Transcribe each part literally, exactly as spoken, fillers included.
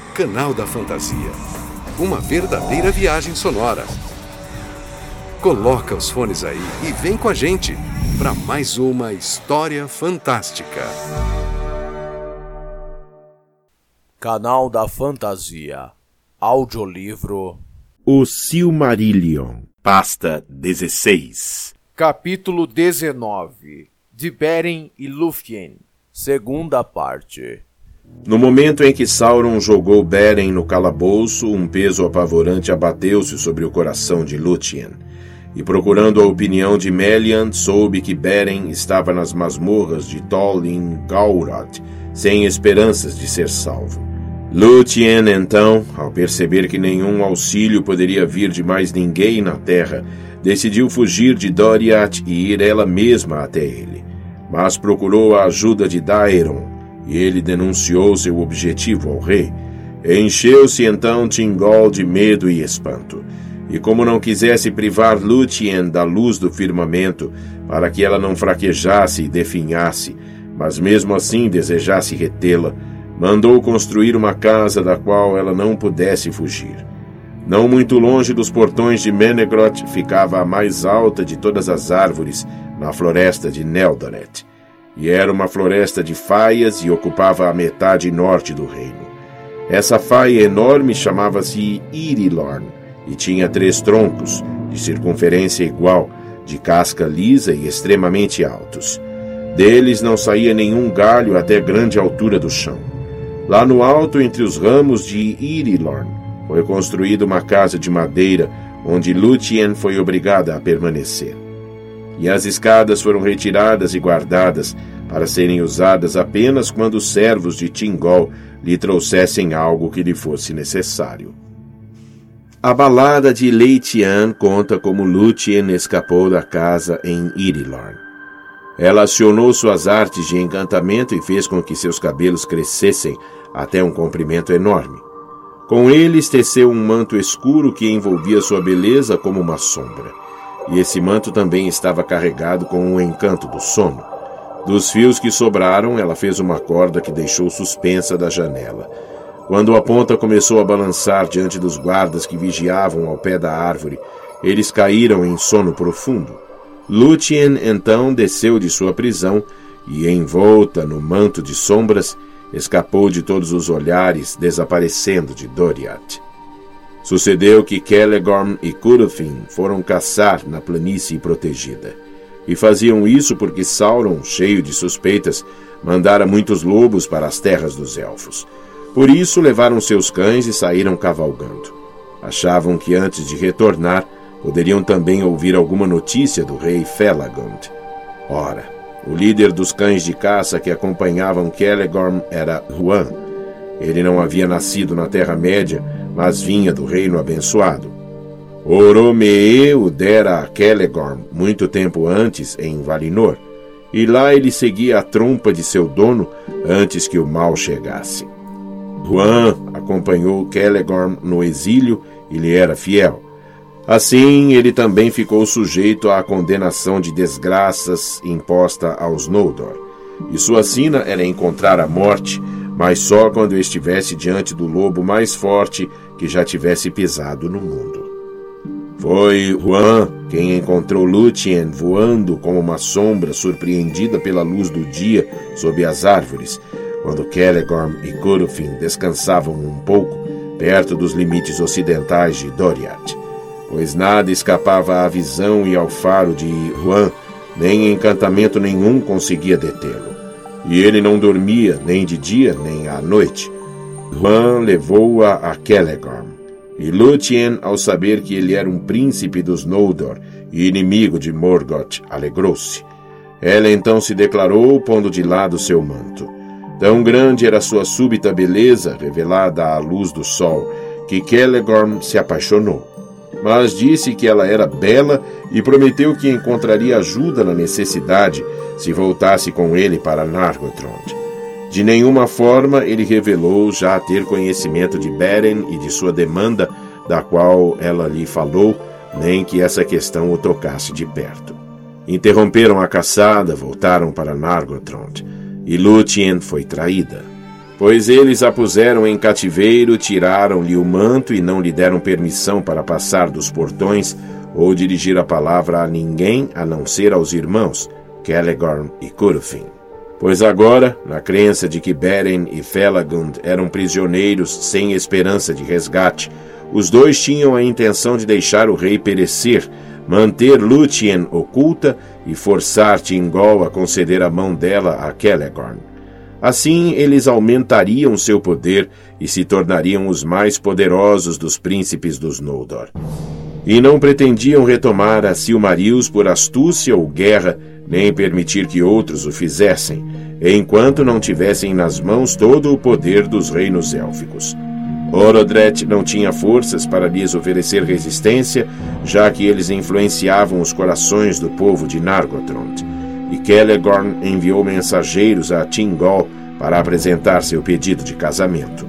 Canal da Fantasia. Uma verdadeira viagem sonora. Coloca os fones aí e vem com a gente para mais uma história fantástica. Canal da Fantasia. Audiolivro O Silmarillion, pasta dezesseis. Capítulo dezenove. De Beren e Lúthien. Segunda parte. No momento em que Sauron jogou Beren no calabouço, um peso apavorante abateu-se sobre o coração de Lúthien. E procurando a opinião de Melian, soube que Beren estava nas masmorras de Tol In-Gaurad, sem esperanças de ser salvo. Lúthien, então, ao perceber que nenhum auxílio poderia vir de mais ninguém na terra, decidiu fugir de Doriath e ir ela mesma até ele. Mas procurou a ajuda de Daeron, e ele denunciou seu objetivo ao rei. Encheu-se então Thingol de medo e espanto. E como não quisesse privar Lúthien da luz do firmamento, para que ela não fraquejasse e definhasse, mas mesmo assim desejasse retê-la, mandou construir uma casa da qual ela não pudesse fugir. Não muito longe dos portões de Menegroth ficava a mais alta de todas as árvores na floresta de Neldoreth. E era uma floresta de faias e ocupava a metade norte do reino. Essa faia enorme chamava-se Irilorn e tinha três troncos, de circunferência igual, de casca lisa e extremamente altos. Deles não saía nenhum galho até grande altura do chão. Lá no alto, entre os ramos de Irilorn, foi construída uma casa de madeira, onde Lúthien foi obrigada a permanecer. E as escadas foram retiradas e guardadas para serem usadas apenas quando os servos de Thingol lhe trouxessem algo que lhe fosse necessário. A balada de Leitian conta como Lúthien escapou da casa em Irilorn. Ela acionou suas artes de encantamento e fez com que seus cabelos crescessem até um comprimento enorme. Com eles teceu um manto escuro que envolvia sua beleza como uma sombra. E esse manto também estava carregado com o encanto do sono. Dos fios que sobraram, ela fez uma corda que deixou suspensa da janela. Quando a ponta começou a balançar diante dos guardas que vigiavam ao pé da árvore, eles caíram em sono profundo. Lúthien, então, desceu de sua prisão e, envolta no manto de sombras, escapou de todos os olhares, desaparecendo de Doriath. Sucedeu que Celegorm e Curufin foram caçar na planície protegida. E faziam isso porque Sauron, cheio de suspeitas, mandara muitos lobos para as terras dos elfos. Por isso levaram seus cães e saíram cavalgando. Achavam que antes de retornar, poderiam também ouvir alguma notícia do rei Felagund. Ora, o líder dos cães de caça que acompanhavam Celegorm era Huan. Ele não havia nascido na Terra-média, mas vinha do reino abençoado. Oromee o dera a Celegorm muito tempo antes em Valinor, e lá ele seguia a trompa de seu dono antes que o mal chegasse. Huan acompanhou Celegorm no exílio e lhe era fiel. Assim, ele também ficou sujeito à condenação de desgraças imposta aos Noldor, e sua sina era encontrar a morte, mas só quando estivesse diante do lobo mais forte que já tivesse pisado no mundo. Foi Huan quem encontrou Lúthien voando como uma sombra surpreendida pela luz do dia sob as árvores, quando Celegorm e Curufin descansavam um pouco perto dos limites ocidentais de Doriath, pois nada escapava à visão e ao faro de Huan, nem encantamento nenhum conseguia detê-lo. E ele não dormia nem de dia nem à noite. Huan levou-a a Celegorm. E Lúthien, ao saber que ele era um príncipe dos Noldor e inimigo de Morgoth, alegrou-se. Ela então se declarou, pondo de lado seu manto. Tão grande era sua súbita beleza, revelada à luz do sol, que Celegorm se apaixonou. Mas disse que ela era bela e prometeu que encontraria ajuda na necessidade se voltasse com ele para Nargothrond. De nenhuma forma ele revelou já ter conhecimento de Beren e de sua demanda, da qual ela lhe falou, nem que essa questão o tocasse de perto. Interromperam a caçada, voltaram para Nargothrond, e Lúthien foi traída. pois eles a puseram em cativeiro, tiraram-lhe o manto e não lhe deram permissão para passar dos portões ou dirigir a palavra a ninguém a não ser aos irmãos, Celegorm e Curufin. Pois agora, na crença de que Beren e Felagund eram prisioneiros sem esperança de resgate, os dois tinham a intenção de deixar o rei perecer, manter Lúthien oculta e forçar Thingol a conceder a mão dela a Celegorm. Assim, eles aumentariam seu poder e se tornariam os mais poderosos dos príncipes dos Noldor. E não pretendiam retomar a Silmarils por astúcia ou guerra, nem permitir que outros o fizessem, enquanto não tivessem nas mãos todo o poder dos reinos élficos. Orodret não tinha forças para lhes oferecer resistência, já que eles influenciavam os corações do povo de Nargothrond, e Celegorm enviou mensageiros a Thingol para apresentar seu pedido de casamento.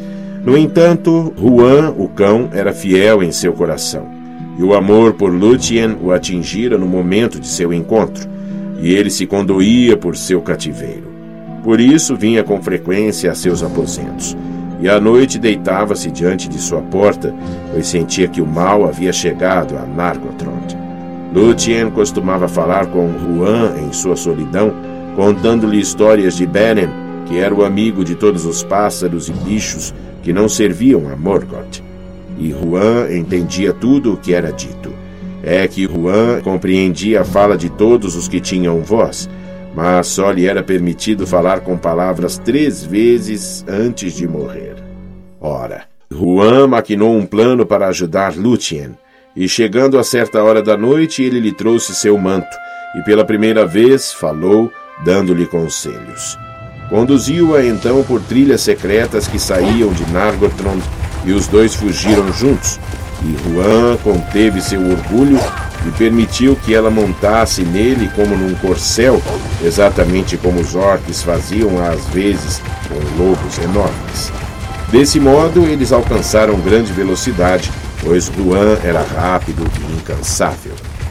No entanto, Huan, o cão, era fiel em seu coração, e o amor por Lúthien o atingira no momento de seu encontro, e ele se condoía por seu cativeiro. Por isso vinha com frequência a seus aposentos, e à noite deitava-se diante de sua porta, pois sentia que o mal havia chegado a Nargothrond. Lúthien costumava falar com Huan em sua solidão, contando-lhe histórias de Beren, que era o amigo de todos os pássaros e bichos que não serviam a Morgoth. E Huan entendia tudo o que era dito. É que Huan compreendia a fala de todos os que tinham voz, mas só lhe era permitido falar com palavras três vezes antes de morrer. Ora, Huan maquinou um plano para ajudar Lúthien, e chegando a certa hora da noite, ele lhe trouxe seu manto, e pela primeira vez falou, dando-lhe conselhos. Conduziu-a então por trilhas secretas que saíam de Nargothrond, e os dois fugiram juntos, e Huan conteve seu orgulho e permitiu que ela montasse nele como num corcel, exatamente como os orques faziam às vezes com lobos enormes. Desse modo, eles alcançaram grande velocidade, pois Huan era rápido e incansável.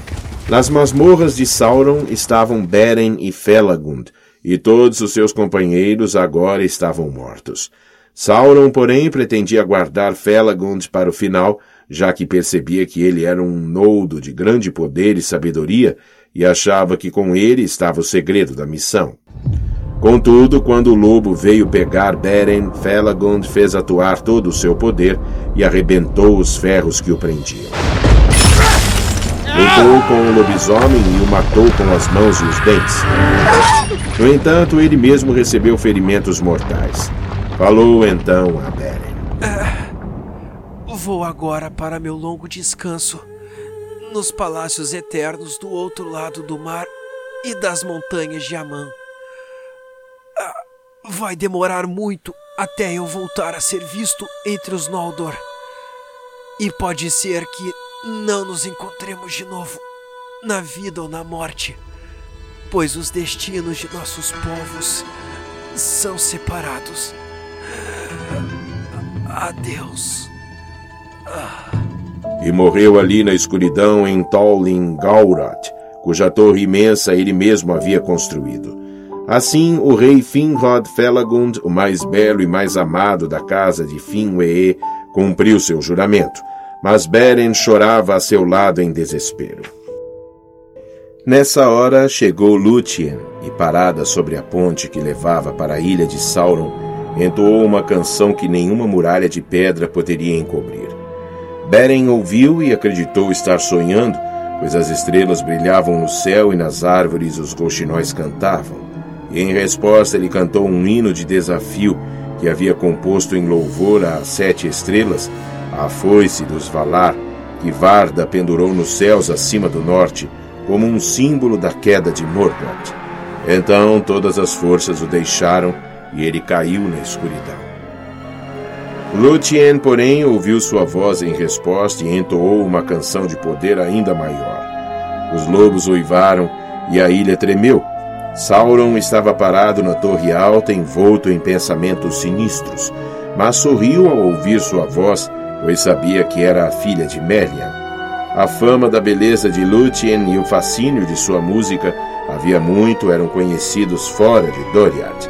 Nas masmorras de Sauron estavam Beren e Felagund, e todos os seus companheiros agora estavam mortos. Sauron, porém, pretendia guardar Felagund para o final, já que percebia que ele era um noldo de grande poder e sabedoria, e achava que com ele estava o segredo da missão. Contudo, quando o lobo veio pegar Beren, Felagund fez atuar todo o seu poder e arrebentou os ferros que o prendiam. Lutou com o lobisomem e o matou com as mãos e os dentes. No entanto, ele mesmo recebeu ferimentos mortais. Falou então a Beren. Uh, vou agora para meu longo descanso, nos palácios eternos do outro lado do mar e das montanhas de Aman. Uh, vai demorar muito até eu voltar a ser visto entre os Noldor. E pode ser que não nos encontremos de novo, na vida ou na morte, pois os destinos de nossos povos são separados. Adeus. E morreu ali na escuridão em Tolin Gaurat, cuja torre imensa ele mesmo havia construído. Assim, o rei Finrod Felagund, o mais belo e mais amado da casa de Finwë, cumpriu seu juramento, mas Beren chorava a seu lado em desespero. Nessa hora chegou Lúthien, e parada sobre a ponte que levava para a ilha de Sauron, entoou uma canção que nenhuma muralha de pedra poderia encobrir. Beren ouviu e acreditou estar sonhando, pois as estrelas brilhavam no céu e nas árvores os rouxinóis cantavam. E em resposta ele cantou um hino de desafio que havia composto em louvor às sete estrelas, a foice dos Valar, que Varda pendurou nos céus acima do norte, como um símbolo da queda de Morgoth. Então todas as forças o deixaram e ele caiu na escuridão. Lúthien, porém, ouviu sua voz em resposta e entoou uma canção de poder ainda maior. Os lobos uivaram e a ilha tremeu. Sauron estava parado na torre alta, envolto em pensamentos sinistros, mas sorriu ao ouvir sua voz, pois sabia que era a filha de Melian. A fama da beleza de Lúthien e o fascínio de sua música havia muito eram conhecidos fora de Doriath,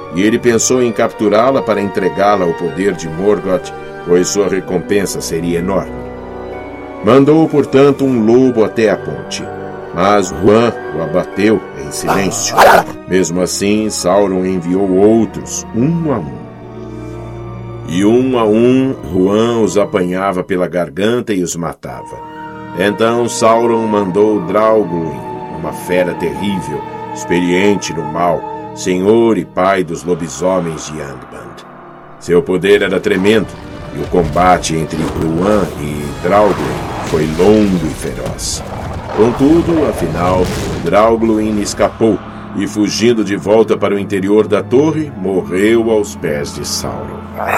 e ele pensou em capturá-la para entregá-la ao poder de Morgoth, pois sua recompensa seria enorme. Mandou, portanto, um lobo até a ponte, mas Juan o abateu em silêncio. Mesmo assim, Sauron enviou outros, um a um. E um a um, Juan os apanhava pela garganta e os matava. Então Sauron mandou Draugluin, uma fera terrível, experiente no mal, senhor e pai dos lobisomens de Angband. Seu poder era tremendo, e o combate entre Juan e Draugluin foi longo e feroz. Contudo, afinal, Draugluin escapou e, fugindo de volta para o interior da torre, morreu aos pés de Sauron.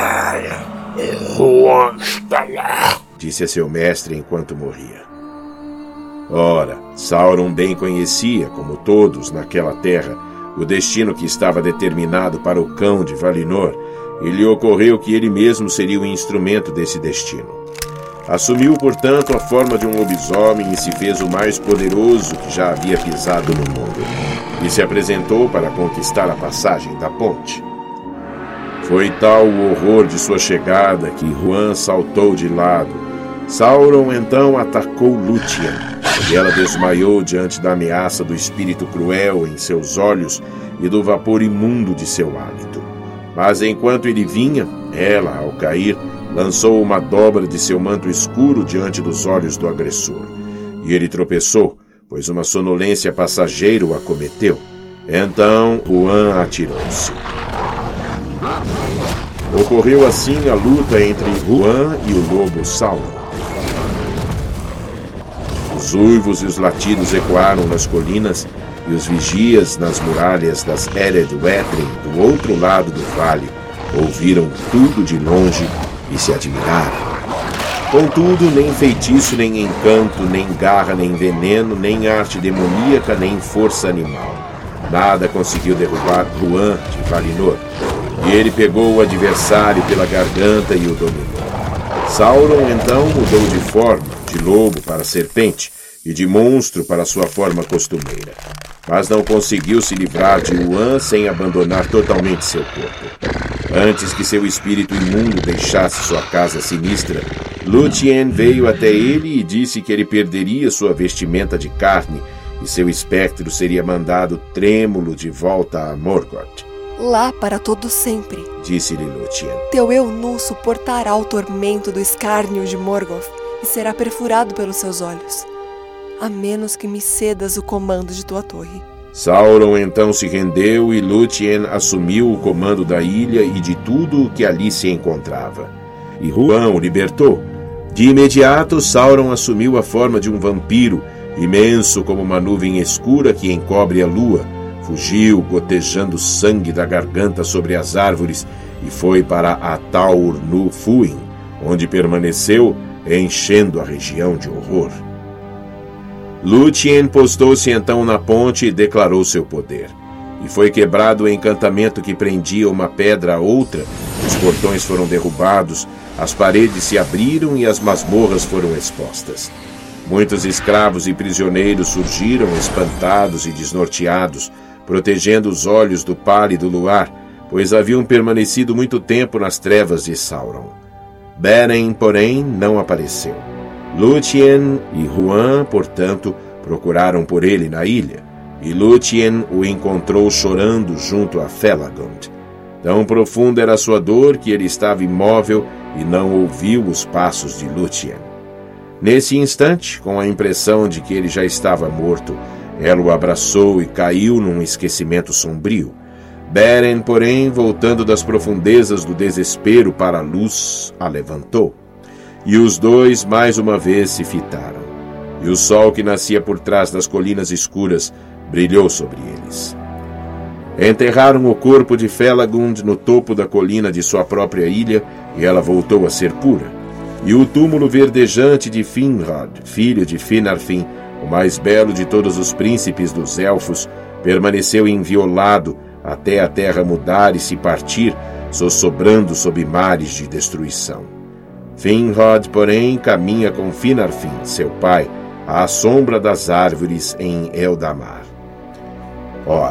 Juan está lá, disse a seu mestre enquanto morria. Ora, Sauron bem conhecia, como todos naquela terra, o destino que estava determinado para o cão de Valinor, e lhe ocorreu que ele mesmo seria o instrumento desse destino. Assumiu, portanto, a forma de um lobisomem e se fez o mais poderoso que já havia pisado no mundo, e se apresentou para conquistar a passagem da ponte. Foi tal o horror de sua chegada que Juan saltou de lado. Sauron então atacou Lúthien, e ela desmaiou diante da ameaça do espírito cruel em seus olhos e do vapor imundo de seu hálito. Mas enquanto ele vinha, ela, ao cair, lançou uma dobra de seu manto escuro diante dos olhos do agressor. E ele tropeçou, pois uma sonolência passageira o acometeu. Então Juan atirou-se. Ocorreu assim a luta entre Juan e o lobo Sauron. Os uivos e os latidos ecoaram nas colinas, e os vigias nas muralhas das Ered Wedrin, do outro lado do vale, ouviram tudo de longe e se admiraram. Contudo, nem feitiço, nem encanto, nem garra, nem veneno, nem arte demoníaca, nem força animal. Nada conseguiu derrubar Juan de Valinor, e ele pegou o adversário pela garganta e o dominou. Sauron então mudou de forma, de lobo para serpente, e de monstro para sua forma costumeira. Mas não conseguiu se livrar de Juan sem abandonar totalmente seu corpo. Antes que seu espírito imundo deixasse sua casa sinistra, Lúthien veio até ele e disse que ele perderia sua vestimenta de carne e seu espectro seria mandado trêmulo de volta a Morgoth. Lá para todo sempre, disse-lhe Lúthien. Teu eu nu suportará o tormento do escárnio de Morgoth e será perfurado pelos seus olhos, a menos que me cedas o comando de tua torre. Sauron então se rendeu e Lúthien assumiu o comando da ilha e de tudo o que ali se encontrava. E Juan o libertou. De imediato, Sauron assumiu a forma de um vampiro, imenso como uma nuvem escura que encobre a lua. Fugiu, gotejando sangue da garganta sobre as árvores, e foi para Ataur nu Fuin, onde permaneceu, enchendo a região de horror. Lúthien postou-se então na ponte e declarou seu poder. E foi quebrado o encantamento que prendia uma pedra a outra, os portões foram derrubados, as paredes se abriram e as masmorras foram expostas. Muitos escravos e prisioneiros surgiram espantados e desnorteados, protegendo os olhos do pálido luar, pois haviam permanecido muito tempo nas trevas de Sauron. Beren, porém, não apareceu. Lúthien e Juan, portanto, procuraram por ele na ilha, e Lúthien o encontrou chorando junto a Felagund. Tão profunda era sua dor que ele estava imóvel e não ouviu os passos de Lúthien. Nesse instante, com a impressão de que ele já estava morto, ela o abraçou e caiu num esquecimento sombrio. Beren, porém, voltando das profundezas do desespero para a luz, a levantou. E os dois mais uma vez se fitaram. E o sol que nascia por trás das colinas escuras brilhou sobre eles. Enterraram o corpo de Felagund no topo da colina de sua própria ilha, e ela voltou a ser pura. E o túmulo verdejante de Finrod, filho de Finarfin, o mais belo de todos os príncipes dos elfos, permaneceu inviolado até a terra mudar e se partir, sossobrando sob mares de destruição. Finrod, porém, caminha com Finarfin, seu pai, à sombra das árvores em Eldamar. Ora,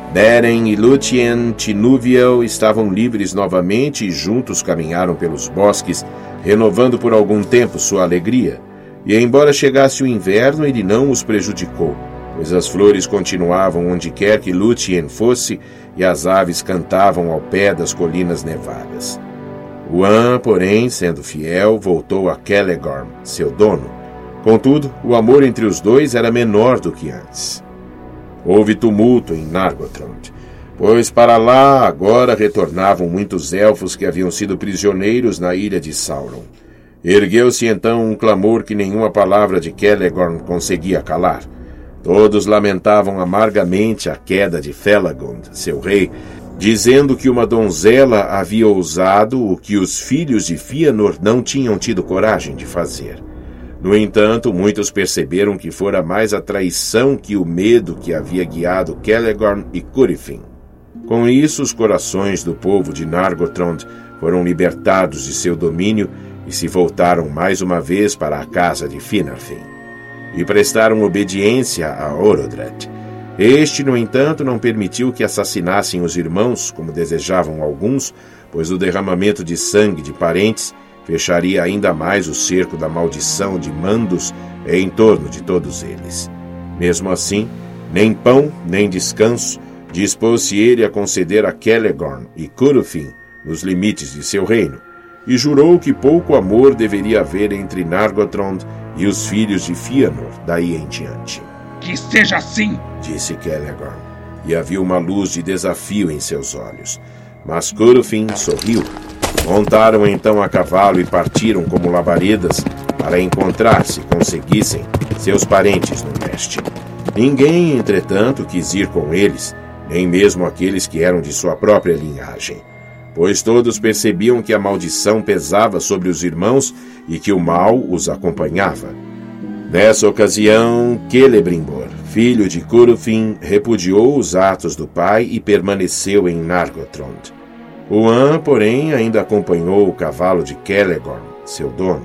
Beren e Lúthien Tinúviel estavam livres novamente e juntos caminharam pelos bosques, renovando por algum tempo sua alegria. E embora chegasse o inverno, ele não os prejudicou, pois as flores continuavam onde quer que Lúthien fosse e as aves cantavam ao pé das colinas nevadas. Huan, porém, sendo fiel, voltou a Celegorm, seu dono. Contudo, o amor entre os dois era menor do que antes. Houve tumulto em Nargothrond, pois para lá agora retornavam muitos elfos que haviam sido prisioneiros na ilha de Sauron. Ergueu-se então um clamor que nenhuma palavra de Celegorm conseguia calar. Todos lamentavam amargamente a queda de Felagund, seu rei, dizendo que uma donzela havia ousado o que os filhos de Fëanor não tinham tido coragem de fazer. No entanto, muitos perceberam que fora mais a traição que o medo que havia guiado Celegorm e Curufin. Com isso, os corações do povo de Nargothrond foram libertados de seu domínio e se voltaram mais uma vez para a casa de Finarfin. E prestaram obediência a Orodred. Este, no entanto, não permitiu que assassinassem os irmãos, como desejavam alguns, pois o derramamento de sangue de parentes fecharia ainda mais o cerco da maldição de Mandos em torno de todos eles. Mesmo assim, nem pão, nem descanso, dispôs-se ele a conceder a Celegorm e Curufin nos limites de seu reino, e jurou que pouco amor deveria haver entre Nargothrond e os filhos de Fëanor daí em diante. Que seja assim, disse Celegorm, e havia uma luz de desafio em seus olhos. Mas Curufin sorriu. Montaram então a cavalo e partiram como labaredas para encontrar, se conseguissem, seus parentes no leste. Ninguém, entretanto, quis ir com eles, nem mesmo aqueles que eram de sua própria linhagem, pois todos percebiam que a maldição pesava sobre os irmãos e que o mal os acompanhava. Nessa ocasião, Celebrimbor, filho de Curufin, repudiou os atos do pai e permaneceu em Nargothrond. Huan, porém, ainda acompanhou o cavalo de Celegorm, seu dono.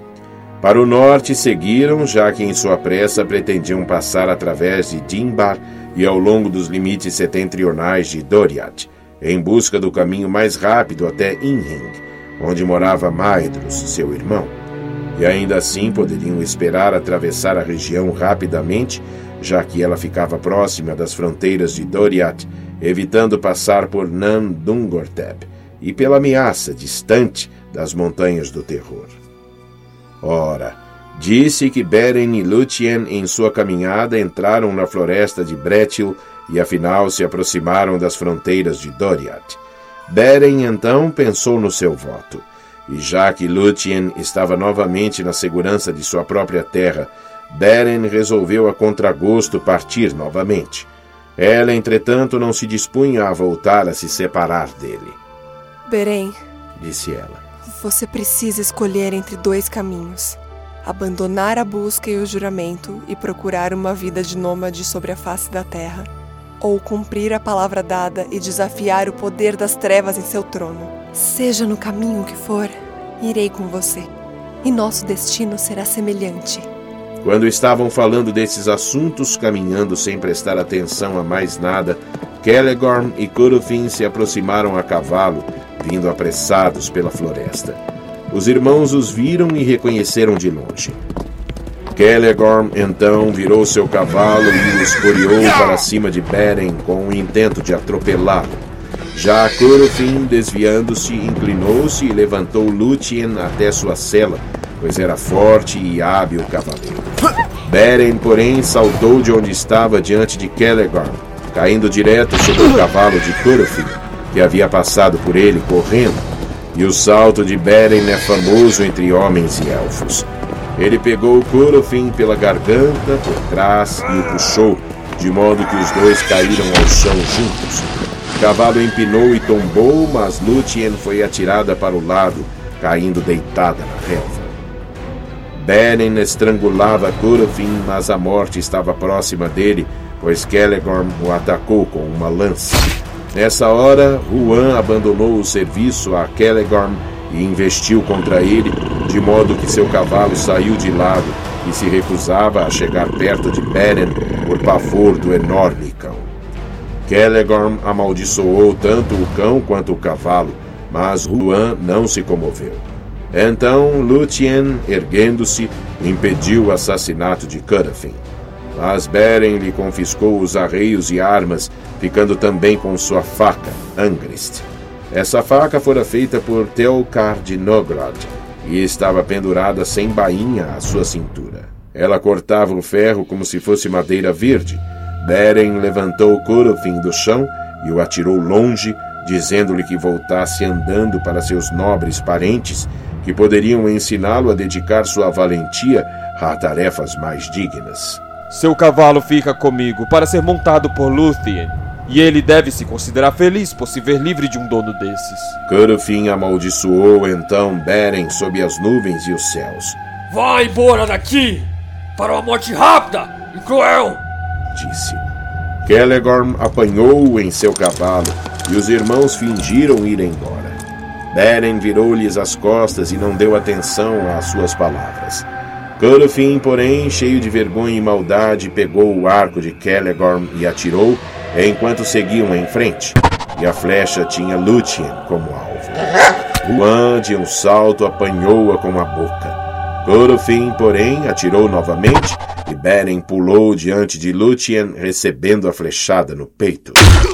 Para o norte seguiram, já que em sua pressa pretendiam passar através de Dimbar e ao longo dos limites setentrionais de Doriath, em busca do caminho mais rápido até Inhing, onde morava Maedhros, seu irmão. E ainda assim poderiam esperar atravessar a região rapidamente, já que ela ficava próxima das fronteiras de Doriath, evitando passar por Nan-Dungortep e pela ameaça distante das Montanhas do Terror. Ora, disse que Beren e Lúthien em sua caminhada entraram na floresta de Brethil e afinal se aproximaram das fronteiras de Doriath. Beren então pensou no seu voto, e já que Lúthien estava novamente na segurança de sua própria terra, Beren resolveu a contragosto partir novamente. Ela, entretanto, não se dispunha a voltar a se separar dele. Beren, disse ela, você precisa escolher entre dois caminhos. Abandonar a busca e o juramento e procurar uma vida de nômade sobre a face da terra, ou cumprir a palavra dada e desafiar o poder das trevas em seu trono. Seja no caminho que for, irei com você, e nosso destino será semelhante. Quando estavam falando desses assuntos, caminhando sem prestar atenção a mais nada, Celegorm e Curufin se aproximaram a cavalo, vindo apressados pela floresta. Os irmãos os viram e reconheceram de longe. Celegorm, então, virou seu cavalo e o esporeou para cima de Beren com o intento de atropelá-lo. Já Curufin, desviando-se, inclinou-se e levantou Lúthien até sua sela, pois era forte e hábil cavaleiro. Beren, porém, saltou de onde estava diante de Celegorm, caindo direto sobre o cavalo de Curufin, que havia passado por ele correndo, e o salto de Beren é famoso entre homens e elfos. Ele pegou Curufin pela garganta, por trás, e o puxou, de modo que os dois caíram ao chão juntos. O cavalo empinou e tombou, mas Lúthien foi atirada para o lado, caindo deitada na relva. Beren estrangulava Curufin, mas a morte estava próxima dele, pois Celegorm o atacou com uma lança. Nessa hora, Huan abandonou o serviço a Celegorm e investiu contra ele, de modo que seu cavalo saiu de lado e se recusava a chegar perto de Beren por pavor do enorme cão. Celegorm amaldiçoou tanto o cão quanto o cavalo, mas Ruan não se comoveu. Então Lúthien, erguendo-se, impediu o assassinato de Curufin. Mas Beren lhe confiscou os arreios e armas, ficando também com sua faca, Angrist. Essa faca fora feita por Teocar de Nogrod e estava pendurada sem bainha à sua cintura. Ela cortava o ferro como se fosse madeira verde. Beren levantou Curufin do chão e o atirou longe, dizendo-lhe que voltasse andando para seus nobres parentes, que poderiam ensiná-lo a dedicar sua valentia a tarefas mais dignas. Seu cavalo fica comigo para ser montado por Lúthien, e ele deve se considerar feliz por se ver livre de um dono desses. Curufin amaldiçoou então Beren sob as nuvens e os céus. Vá embora daqui, para uma morte rápida e cruel, disse. Celegorm apanhou-o em seu cavalo, e os irmãos fingiram ir embora. Beren virou-lhes as costas e não deu atenção às suas palavras. Curufin, porém, cheio de vergonha e maldade, pegou o arco de Celegorm e atirou, enquanto seguiam em frente, e a flecha tinha Lúthien como alvo. Ruan, de um salto, apanhou-a com a boca. Curufin, porém, atirou novamente, e Beren pulou diante de Lúthien, recebendo a flechada no peito.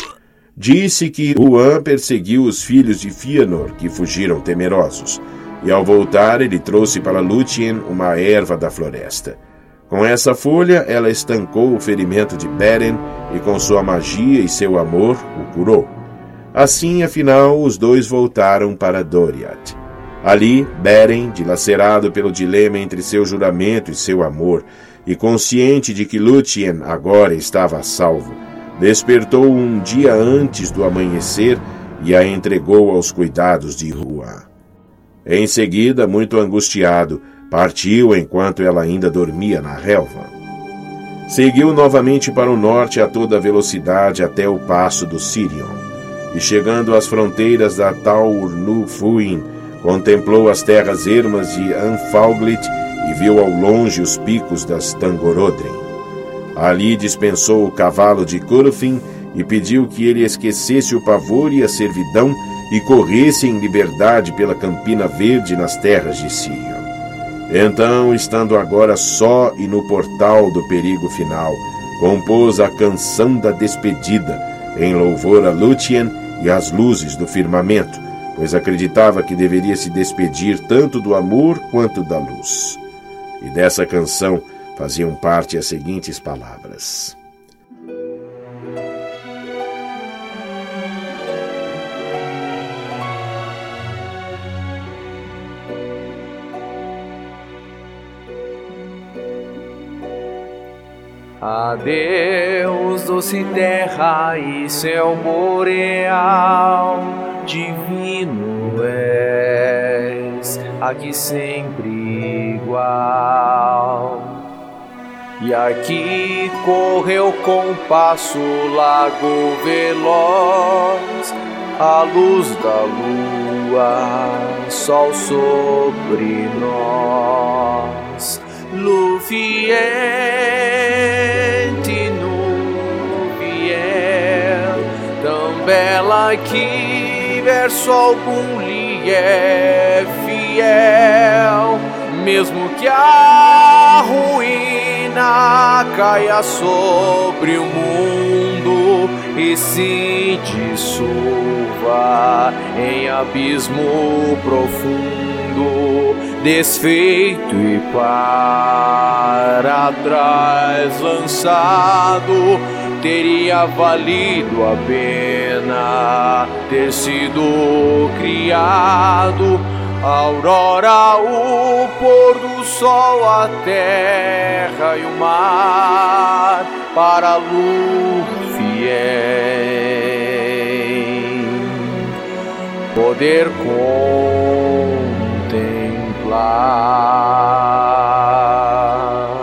Disse que Ruan perseguiu os filhos de Fëanor, que fugiram temerosos, e ao voltar ele trouxe para Lúthien uma erva da floresta. Com essa folha, ela estancou o ferimento de Beren e com sua magia e seu amor o curou. Assim, afinal, os dois voltaram para Doriath. Ali, Beren, dilacerado pelo dilema entre seu juramento e seu amor, e consciente de que Lúthien agora estava a salvo, despertou um dia antes do amanhecer e a entregou aos cuidados de Ruan. Em seguida, muito angustiado, partiu enquanto ela ainda dormia na relva. Seguiu novamente para o norte a toda velocidade até o passo do Sirion, e chegando às fronteiras da Tal Urnu-Fuin, contemplou as terras ermas de Anfalglit e viu ao longe os picos das Tangorodrim. Ali dispensou o cavalo de Curufin e pediu que ele esquecesse o pavor e a servidão e corresse em liberdade pela Campina Verde nas terras de Sirion. Então, estando agora só e no portal do perigo final, compôs a canção da despedida, em louvor a Lúthien e às luzes do firmamento, pois acreditava que deveria se despedir tanto do amor quanto da luz. E dessa canção faziam parte as seguintes palavras. Adeus, doce terra e céu boreal, divino és, aqui sempre igual. E aqui correu com passo largo veloz, a luz da lua, sol sobre nós. Lúthien tão bela que verso algum lhe é fiel, mesmo que a ruína caia sobre o mundo e se dissolva em abismo profundo, desfeito e para trás lançado, teria valido a pena ter sido criado. A aurora, o pôr do sol, a terra e o mar para Lúthien poder contemplar.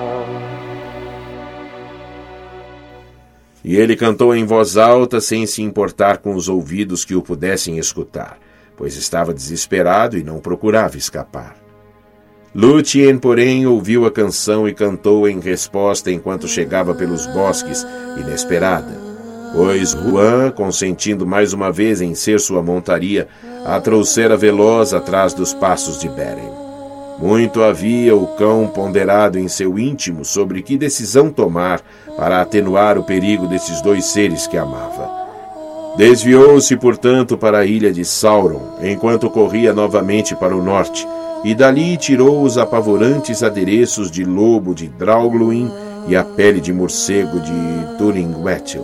E ele cantou em voz alta, sem se importar com os ouvidos que o pudessem escutar, pois estava desesperado e não procurava escapar. Lúthien, porém, ouviu a canção e cantou em resposta enquanto chegava pelos bosques, inesperada. pois Juan, consentindo mais uma vez em ser sua montaria, a trouxera veloz atrás dos passos de Beren. Muito havia o cão ponderado em seu íntimo sobre que decisão tomar para atenuar o perigo desses dois seres que amava. Desviou-se, portanto, para a ilha de Sauron, enquanto corria novamente para o norte, e dali tirou os apavorantes adereços de lobo de Draugluin e a pele de morcego de Durin-Wettil.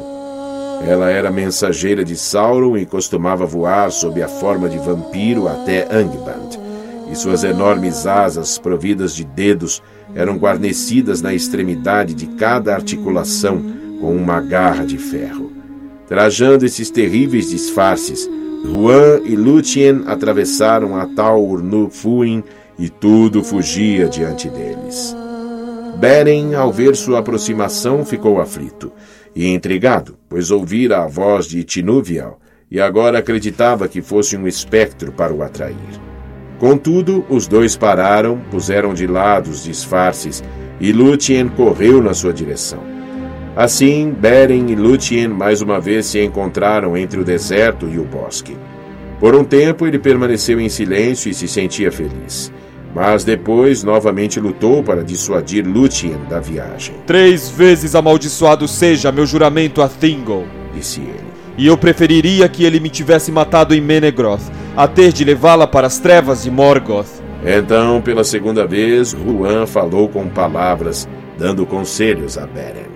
Ela era mensageira de Sauron e costumava voar sob a forma de vampiro até Angband, e suas enormes asas, providas de dedos, eram guarnecidas na extremidade de cada articulação com uma garra de ferro. Trajando esses terríveis disfarces, Juan e Lúthien atravessaram a Tal Urnu-Fuin e tudo fugia diante deles. Beren, ao ver sua aproximação, ficou aflito e intrigado, pois ouvira a voz de Tinuviel e agora acreditava que fosse um espectro para o atrair. Contudo, os dois pararam, puseram de lado os disfarces e Lúthien correu na sua direção. Assim, Beren e Lúthien mais uma vez se encontraram entre o deserto e o bosque. Por um tempo ele permaneceu em silêncio e se sentia feliz. Mas depois novamente lutou para dissuadir Lúthien da viagem. Três vezes amaldiçoado seja meu juramento a Thingol, disse ele. E eu preferiria que ele me tivesse matado em Menegroth, a ter de levá-la para as trevas de Morgoth. Então, pela segunda vez, Juan falou com palavras, dando conselhos a Beren.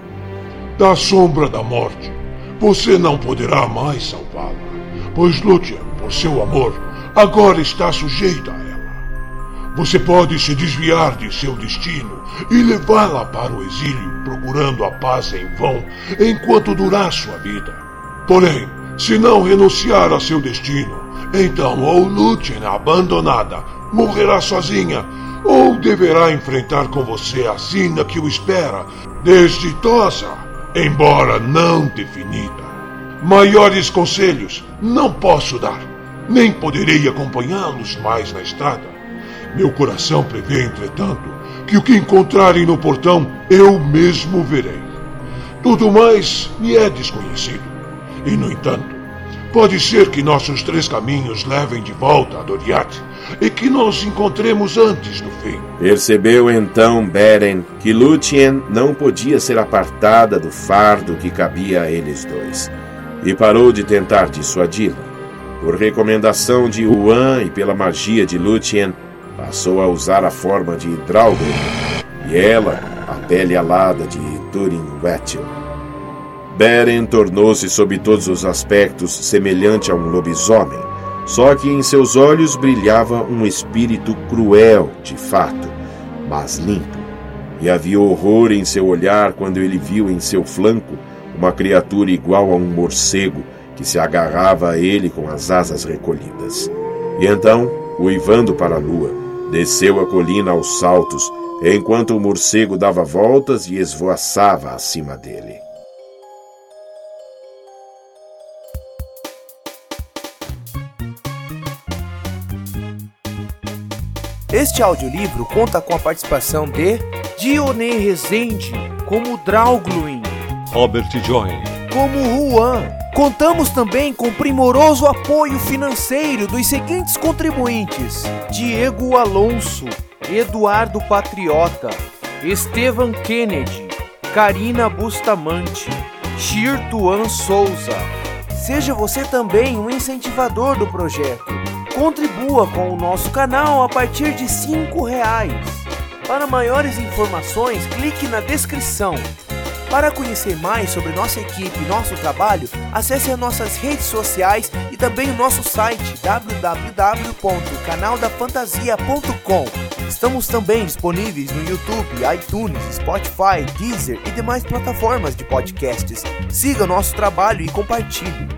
Da sombra da morte, você não poderá mais salvá-la, pois Lúthien, por seu amor, agora está sujeita a ela. Você pode se desviar de seu destino e levá-la para o exílio, procurando a paz em vão, enquanto durar sua vida. Porém, se não renunciar a seu destino, então ou Lúthien, abandonada, morrerá sozinha, ou deverá enfrentar com você a sina que o espera, desditosa, embora não definida. Maiores conselhos não posso dar, nem poderei acompanhá-los mais na estrada. Meu coração prevê, entretanto, que o que encontrarem no portão eu mesmo verei. Tudo mais me é desconhecido. E, no entanto, pode ser que nossos três caminhos levem de volta a Doriath e que nos encontremos antes do fim. Percebeu então Beren que Lúthien não podia ser apartada do fardo que cabia a eles dois, e parou de tentar dissuadi-la. Por recomendação de Juan e pela magia de Lúthien, passou a usar a forma de Draugr, e ela, a pele alada de Durin-Wettil. Beren tornou-se sob todos os aspectos semelhante a um lobisomem, só que em seus olhos brilhava um espírito cruel, de fato, mas limpo. E havia horror em seu olhar quando ele viu em seu flanco uma criatura igual a um morcego que se agarrava a ele com as asas recolhidas. E então, uivando para a lua, desceu a colina aos saltos, enquanto o morcego dava voltas e esvoaçava acima dele. Este audiolivro conta com a participação de Dionê Rezende como Draugluin, Robert Joy como Juan. Contamos também com primoroso apoio financeiro dos seguintes contribuintes: Diego Alonso, Eduardo Patriota, Estevan Kennedy, Karina Bustamante, Shirtuan Souza. Seja você também um incentivador do projeto. Contribua com o nosso canal a partir de cinco reais. Para maiores informações, clique na descrição. Para conhecer mais sobre nossa equipe e nosso trabalho, acesse as nossas redes sociais e também o nosso site w w w ponto canal da fantasia ponto com. Estamos também disponíveis no YouTube, iTunes, Spotify, Deezer e demais plataformas de podcasts. Siga nosso trabalho e compartilhe.